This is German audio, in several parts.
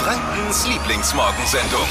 Frankens Lieblingsmorgensendung.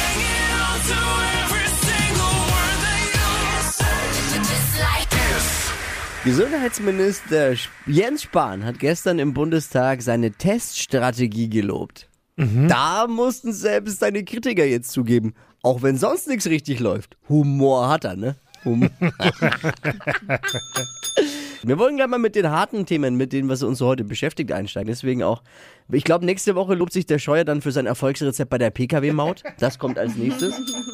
Gesundheitsminister Jens Spahn hat gestern im Bundestag seine Teststrategie gelobt. Da mussten selbst seine Kritiker jetzt zugeben, auch wenn sonst nichts richtig läuft. Humor hat er, ne? Wir wollen gleich mal mit den harten Themen, mit denen, was uns heute beschäftigt, einsteigen. Deswegen auch, ich glaube, nächste Woche lobt sich der Scheuer dann für sein Erfolgsrezept bei der PKW-Maut. Das kommt als nächstes.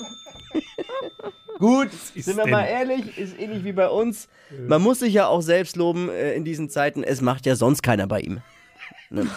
Gut, sind wir mal ehrlich, ist ähnlich wie bei uns. Man muss sich ja auch selbst loben in diesen Zeiten. Es macht ja sonst keiner bei ihm. Ne?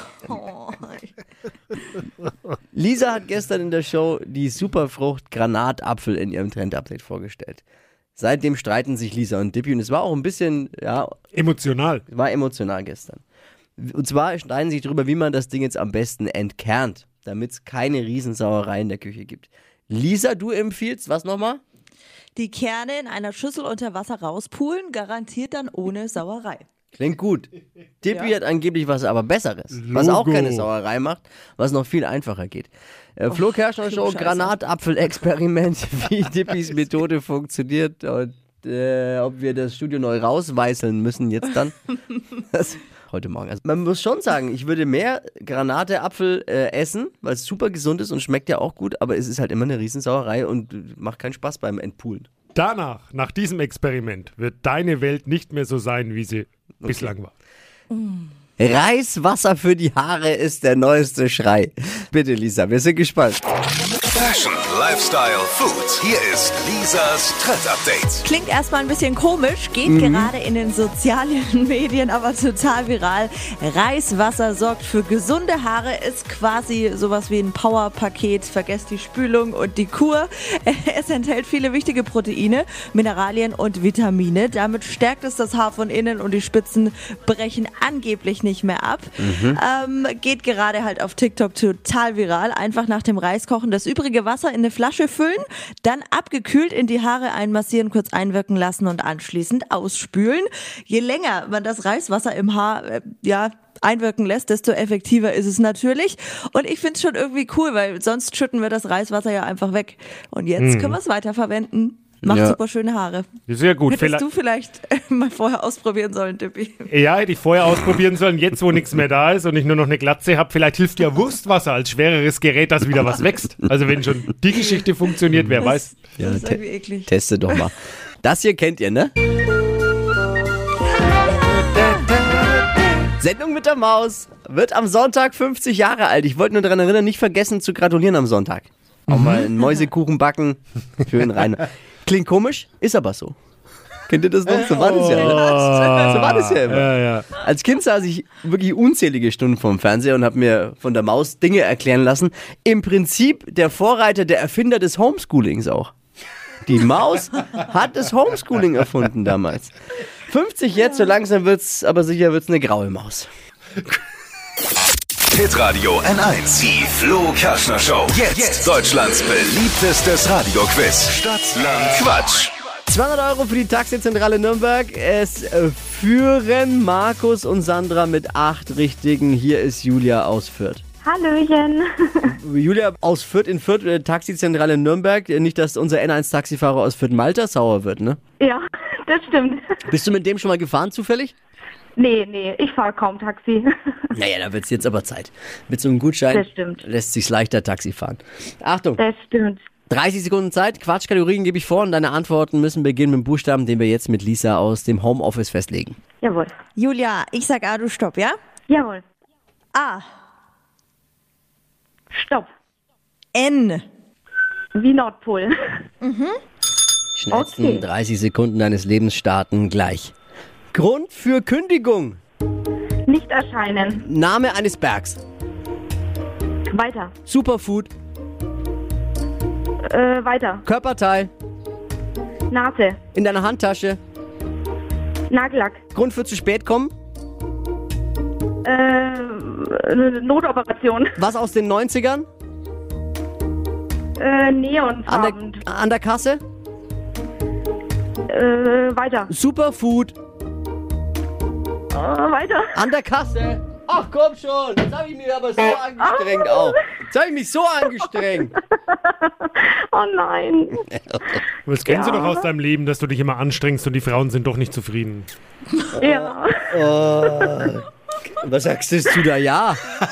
Lisa hat gestern in der Show die Superfrucht Granatapfel in ihrem Trend-Update vorgestellt. Seitdem streiten sich Lisa und Dippy und es war auch ein bisschen, emotional. War emotional gestern. Und zwar streiten sich darüber, wie man das Ding jetzt am besten entkernt, damit es keine Riesensauerei in der Küche gibt. Lisa, du empfiehlst, was nochmal? Die Kerne in einer Schüssel unter Wasser rauspulen, garantiert dann ohne Sauerei. Klingt gut. Dippy hat angeblich was aber Besseres, was auch keine Sauerei macht, was noch viel einfacher geht. Flo Kerschner Show, Granatapfel-Experiment, wie Dippys Methode funktioniert und ob wir das Studio neu rausweißeln müssen jetzt dann. Heute Morgen. Also man muss schon sagen, ich würde mehr Granateapfel essen, weil es super gesund ist und schmeckt ja auch gut, aber es ist halt immer eine Riesensauerei und macht keinen Spaß beim Entpulen. Danach, nach diesem Experiment, wird deine Welt nicht mehr so sein, wie sie bislang war. Reiswasser für die Haare ist der neueste Schrei. Bitte, Lisa, wir sind gespannt. Fashion, Lifestyle, Food. Hier ist Lisas Trend-Update. Klingt erstmal ein bisschen komisch, geht gerade in den sozialen Medien aber total viral. Reiswasser sorgt für gesunde Haare, ist quasi sowas wie ein Powerpaket. Vergesst die Spülung und die Kur. Es enthält viele wichtige Proteine, Mineralien und Vitamine. Damit stärkt es das Haar von innen und die Spitzen brechen angeblich nicht mehr ab. Geht gerade halt auf TikTok total viral. Einfach nach dem Reiskochen das übrige Wasser in eine Flasche füllen, dann abgekühlt in die Haare einmassieren, kurz einwirken lassen und anschließend ausspülen. Je länger man das Reiswasser im Haar einwirken lässt, desto effektiver ist es natürlich. Und ich finde es schon irgendwie cool, weil sonst schütten wir das Reiswasser ja einfach weg. Und jetzt können wir es weiterverwenden. Macht super schöne Haare. Sehr gut. Hättest du vielleicht mal vorher ausprobieren sollen, Dippy? Ja, hätte ich vorher ausprobieren sollen. Jetzt, wo nichts mehr da ist und ich nur noch eine Glatze habe, vielleicht hilft ja Wurstwasser als schwereres Gerät, dass wieder was wächst. Also wenn schon die Geschichte funktioniert, wer weiß. Ja, Das ist irgendwie eklig. Teste doch mal. Das hier kennt ihr, ne? Sendung mit der Maus wird am Sonntag 50 Jahre alt. Ich wollte nur daran erinnern, nicht vergessen zu gratulieren am Sonntag. Auch mal einen Mäusekuchen backen. Schön rein. Klingt komisch, ist aber so. Kennt ihr das noch? So war das ja immer. So war das ja immer. Ja. Als Kind saß ich wirklich unzählige Stunden vorm Fernseher und habe mir von der Maus Dinge erklären lassen. Im Prinzip der Vorreiter, der Erfinder des Homeschoolings auch. Die Maus hat das Homeschooling erfunden damals. 50 jetzt, so langsam wird's, aber sicher wird's eine graue Maus. Hitradio N1. Die Flo Kerschner Show. Jetzt Deutschlands beliebtestes Radioquiz. Stadt, Land, Quatsch. 200 € für die Taxizentrale Nürnberg. Es führen Markus und Sandra mit 8 Richtigen. Hier ist Julia aus Fürth. Hallöchen. Julia aus Fürth in Fürth, Taxizentrale Nürnberg. Nicht, dass unser N1-Taxifahrer aus Fürth-Malta sauer wird, ne? Ja, das stimmt. Bist du mit dem schon mal gefahren zufällig? Nee, ich fahre kaum Taxi. Naja, da wird's jetzt aber Zeit. Mit so einem Gutschein Das stimmt. lässt sich's leichter Taxi fahren. Achtung, Das stimmt. 30 Sekunden Zeit, Quatschkategorien gebe ich vor und deine Antworten müssen beginnen mit dem Buchstaben, den wir jetzt mit Lisa aus dem Homeoffice festlegen. Jawohl. Julia, ich sag A, du stopp, ja? Jawohl. A, Stopp. N, Wie Nordpol. Schnellsten Okay. 30 Sekunden deines Lebens starten gleich. Grund für Kündigung. Nicht erscheinen. Name eines Bergs. Weiter. Superfood. Weiter. Körperteil. Nase. In deiner Handtasche. Nagellack. Grund für zu spät kommen. Notoperation. Was aus den 90ern? Neonfarben. An der Kasse. Weiter. Superfood. Weiter. An der Kasse. Ach komm schon, jetzt habe ich mich aber so angestrengt auch. Jetzt habe ich mich so angestrengt. Oh nein. Das kennst du doch aus deinem Leben, dass du dich immer anstrengst und die Frauen sind doch nicht zufrieden. Ja. Oh. Was sagst du da ja?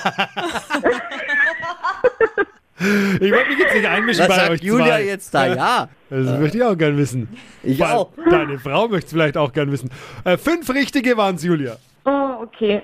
Ich wollte mich jetzt nicht einmischen Was bei sagt euch Julia zwei. jetzt da ja? Das möchte ich auch gern wissen. Ich Vor allem auch. Deine Frau möchte es vielleicht auch gern wissen. 5 richtige waren es, Julia. Oh, okay.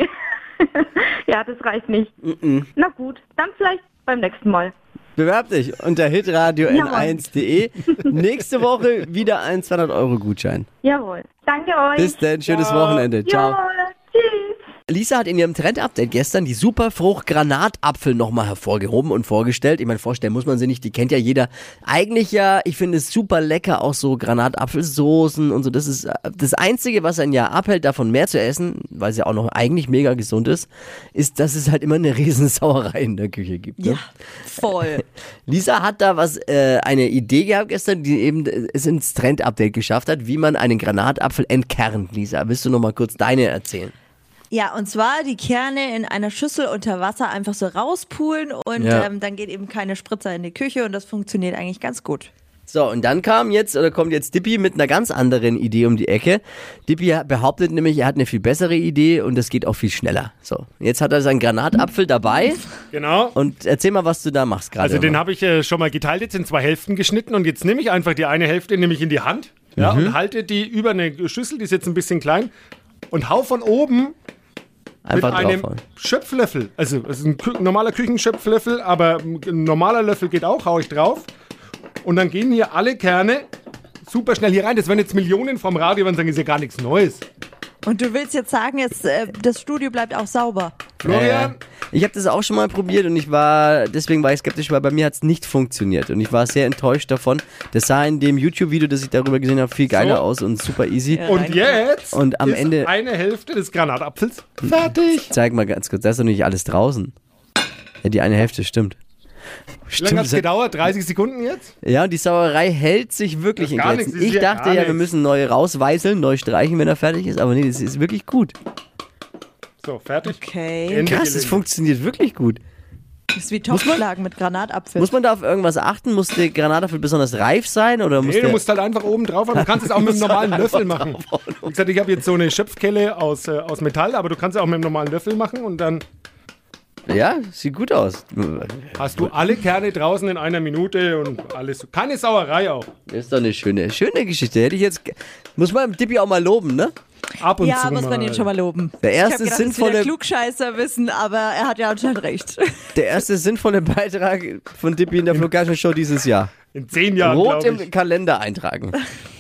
Ja, das reicht nicht. Na gut, dann vielleicht beim nächsten Mal. Bewerb dich unter hitradio n1.de. Nächste Woche wieder ein 200-Euro-Gutschein. Jawohl. Danke euch. Bis dann, schönes Wochenende. Ciao. Jawohl. Tschüss. Lisa hat in ihrem Trend-Update gestern die Superfrucht-Granatapfel nochmal hervorgehoben und vorgestellt. Ich meine, vorstellen muss man sie nicht, die kennt ja jeder. Eigentlich ja, ich finde es super lecker, auch so Granatapfelsoßen und so. Das ist das Einzige, was einen ja abhält, davon mehr zu essen, weil es ja auch noch eigentlich mega gesund ist, dass es halt immer eine Riesensauerei in der Küche gibt. Ne? Ja, voll. Lisa hat da eine Idee gehabt gestern, die eben es ins Trend-Update geschafft hat, wie man einen Granatapfel entkernt. Lisa, willst du noch mal kurz deine erzählen? Ja, und zwar die Kerne in einer Schüssel unter Wasser einfach so rauspulen und dann geht eben keine Spritzer in die Küche und das funktioniert eigentlich ganz gut. So, und dann kommt jetzt Dippi mit einer ganz anderen Idee um die Ecke. Dippi behauptet nämlich, er hat eine viel bessere Idee und das geht auch viel schneller. So, jetzt hat er seinen Granatapfel dabei. Genau. Und erzähl mal, was du da machst gerade. Also den habe ich schon mal geteilt, jetzt in 2 Hälften geschnitten und jetzt nehme ich einfach die eine Hälfte nehme ich in die Hand und halte die über eine Schüssel, die ist jetzt ein bisschen klein und hau von oben einfach mit einem draufhauen. Schöpflöffel, also es ist ein normaler Küchenschöpflöffel, aber ein normaler Löffel geht auch, hau ich drauf und dann gehen hier alle Kerne super schnell hier rein. Das werden jetzt Millionen vom Radio, wenn sagen, ist ja gar nichts Neues. Und du willst jetzt sagen, das Studio bleibt auch sauber. Florian? Ich habe das auch schon mal probiert und deswegen war ich skeptisch, weil bei mir hat es nicht funktioniert und ich war sehr enttäuscht davon. Das sah in dem YouTube-Video, das ich darüber gesehen habe, viel geiler aus und super easy. Und jetzt Und am ist Ende eine Hälfte des Granatapfels fertig. zeig mal ganz kurz, da ist doch nicht alles draußen. Ja, die eine Hälfte stimmt. Wie lange hat es gedauert? 30 Sekunden jetzt? Ja, und die Sauerei hält sich wirklich Das in ist gar Grenzen. nichts, das ist Ich ja dachte gar ja, wir nichts. müssen neu rausweißeln, neu streichen, wenn er fertig ist, aber nee, das ist wirklich gut. So, fertig. Okay. Ende Krass, das gelegt. funktioniert wirklich gut. Das ist wie Topfschlagen mit Granatapfel. Muss man da auf irgendwas achten? Muss der Granatapfel besonders reif sein? Oder muss Nee, du der musst halt einfach oben drauf haben. Du kannst es auch mit einem normalen Löffel machen. Wie gesagt, ich habe jetzt so eine Schöpfkelle aus Metall, aber du kannst es auch mit einem normalen Löffel machen und dann Ja, sieht gut aus. hast du alle Kerne draußen in einer Minute und alles. Keine Sauerei auch. Das ist doch eine schöne Geschichte. Hätte ich jetzt. Muss man Dippi auch mal loben, ne? Ab und Ja, zu muss man mal. ihn schon mal loben. Der Ich hab erste gedacht, das ist wieder sinnvolle, Klugscheißer wissen, aber er hat ja anscheinend recht. sinnvolle Beitrag von Dippi in der Flo Kerschner Show dieses Jahr. In 10 Jahren, Rot glaube ich. im Kalender eintragen.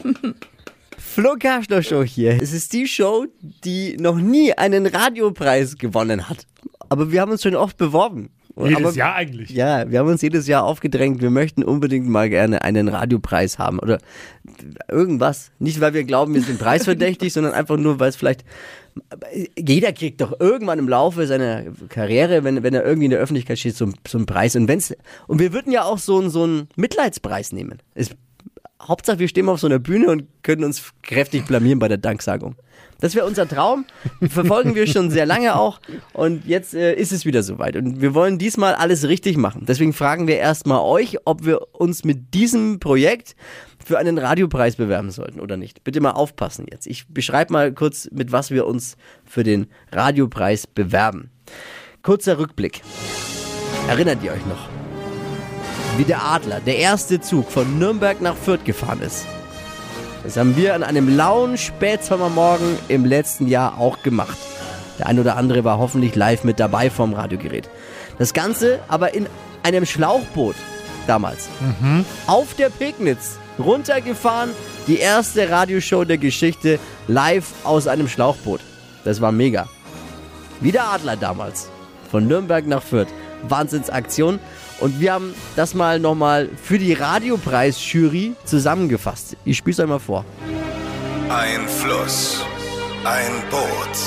Flo Kerschner Show hier. Es ist die Show, die noch nie einen Radiopreis gewonnen hat. Aber wir haben uns schon oft beworben. Jedes Jahr eigentlich. Ja, wir haben uns jedes Jahr aufgedrängt, wir möchten unbedingt mal gerne einen Radiopreis haben oder irgendwas. Nicht, weil wir glauben, wir sind preisverdächtig, sondern einfach nur, weil es vielleicht, jeder kriegt doch irgendwann im Laufe seiner Karriere, wenn er irgendwie in der Öffentlichkeit steht, so einen Preis. Und wir würden ja auch so einen Mitleidspreis nehmen. Hauptsache, wir stehen auf so einer Bühne und können uns kräftig blamieren bei der Danksagung. Das wäre unser Traum, verfolgen wir schon sehr lange auch und jetzt ist es wieder soweit und wir wollen diesmal alles richtig machen. Deswegen fragen wir erstmal euch, ob wir uns mit diesem Projekt für einen Radiopreis bewerben sollten oder nicht. Bitte mal aufpassen jetzt. Ich beschreibe mal kurz, mit was wir uns für den Radiopreis bewerben. Kurzer Rückblick. Erinnert ihr euch noch, wie der Adler, der erste Zug von Nürnberg nach Fürth gefahren ist? Das haben wir an einem lauen Spätsommermorgen im letzten Jahr auch gemacht. Der ein oder andere war hoffentlich live mit dabei vom Radiogerät. Das Ganze aber in einem Schlauchboot damals. Auf der Pegnitz runtergefahren, die erste Radioshow der Geschichte live aus einem Schlauchboot. Das war mega. Wie der Adler damals. Von Nürnberg nach Fürth. Wahnsinnsaktion. Und wir haben das mal nochmal für die Radiopreis-Jury zusammengefasst. Ich spiele es euch mal vor. Ein Fluss, ein Boot,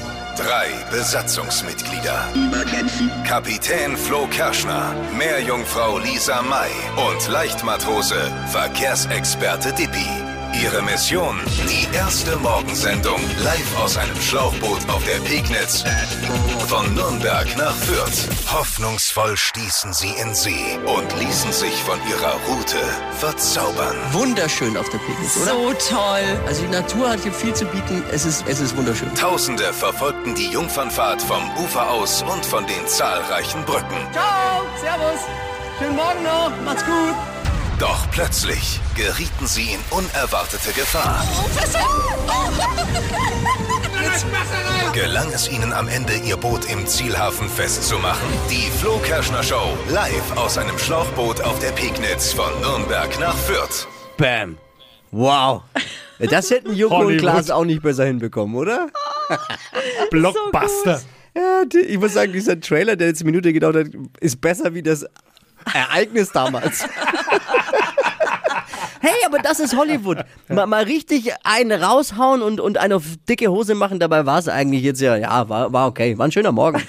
3 Besatzungsmitglieder. Kapitän Flo Kerschner, Meerjungfrau Lisa May und Leichtmatrose, Verkehrsexperte Dippi. Ihre Mission? Die erste Morgensendung live aus einem Schlauchboot auf der Pegnitz. Von Nürnberg nach Fürth. Hoffnungsvoll stießen sie in See und ließen sich von ihrer Route verzaubern. Wunderschön auf der Pegnitz, oder? So toll. Also die Natur hat hier viel zu bieten. Es ist wunderschön. Tausende verfolgten die Jungfernfahrt vom Ufer aus und von den zahlreichen Brücken. Ciao, servus. Schönen Morgen noch. Macht's gut. Doch plötzlich gerieten sie in unerwartete Gefahr. Gelang es ihnen am Ende, ihr Boot im Zielhafen festzumachen? Die Flo Kerschner Show, live aus einem Schlauchboot auf der Pegnitz von Nürnberg nach Fürth. Bam. Wow. Das hätten Joko und Hollywood. Klaas auch nicht besser hinbekommen, oder? Blockbuster. Ja, ich muss sagen, dieser Trailer, der jetzt eine Minute gedauert hat, ist besser wie das Ereignis damals. Hey, aber das ist Hollywood. Mal richtig einen raushauen und einen auf dicke Hose machen, dabei war es eigentlich jetzt war okay. War ein schöner Morgen.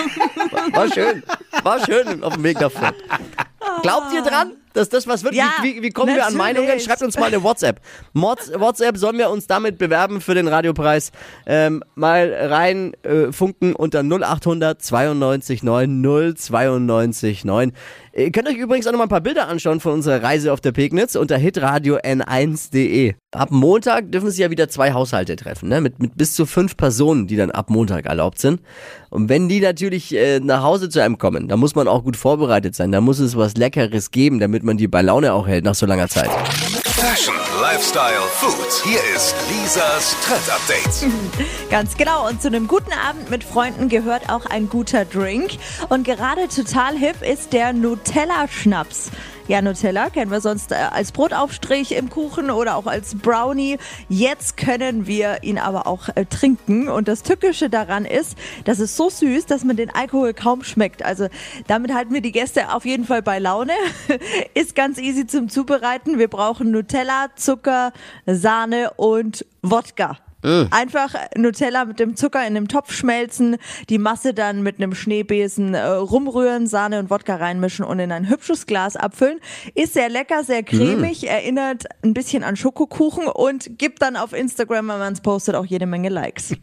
War schön auf dem Weg nach Fürth. Glaubt ihr dran, dass das was wird? Ja, wie kommen wir an natürlich. Meinungen? Schreibt uns mal eine WhatsApp. WhatsApp, sollen wir uns damit bewerben für den Radiopreis? Mal rein funken unter 0800 92 9 092 9. Ihr könnt euch übrigens auch noch mal ein paar Bilder anschauen von unserer Reise auf der Pegnitz unter hitradio n1.de. Ab Montag dürfen sich ja wieder 2 Haushalte treffen, ne? Mit bis zu 5 Personen, die dann ab Montag erlaubt sind. Und wenn die natürlich nach Hause zu einem kommen, dann muss man auch gut vorbereitet sein. Da muss es was Leckeres geben, damit man die bei Laune auch hält nach so langer Zeit. Fashion, Lifestyle, Food. Hier ist Lisas Trend Update. Ganz genau. Und zu einem guten Abend mit Freunden gehört auch ein guter Drink. Und gerade total hip ist der Nutella-Schnaps. Ja, Nutella kennen wir sonst als Brotaufstrich im Kuchen oder auch als Brownie. Jetzt können wir ihn aber auch trinken. Und das Tückische daran ist, das ist so süß, dass man den Alkohol kaum schmeckt. Also damit halten wir die Gäste auf jeden Fall bei Laune. Ist ganz easy zum Zubereiten. Wir brauchen Nutella, Zucker, Sahne und Wodka. Einfach Nutella mit dem Zucker in einem Topf schmelzen, die Masse dann mit einem Schneebesen rumrühren, Sahne und Wodka reinmischen und in ein hübsches Glas abfüllen. Ist sehr lecker, sehr cremig, erinnert ein bisschen an Schokokuchen und gibt dann auf Instagram, wenn man es postet, auch jede Menge Likes.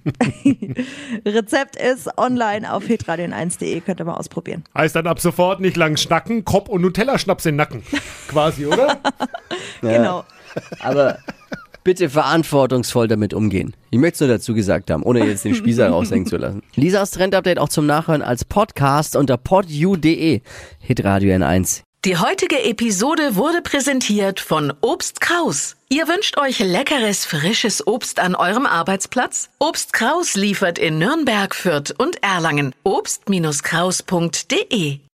Rezept ist online auf hitradio1.de, könnt ihr mal ausprobieren. Heißt dann ab sofort nicht lang schnacken, Kopf und Nutella-Schnaps in den Nacken. Quasi, oder? Genau. Aber bitte verantwortungsvoll damit umgehen. Ich möchte es nur dazu gesagt haben, ohne jetzt den Spießer raushängen zu lassen. Lisas Trend-Update auch zum Nachhören als Podcast unter podu.de. Hitradio N1. Die heutige Episode wurde präsentiert von Obst Kraus. Ihr wünscht euch leckeres, frisches Obst an eurem Arbeitsplatz? Obst Kraus liefert in Nürnberg, Fürth und Erlangen. Obst-Kraus.de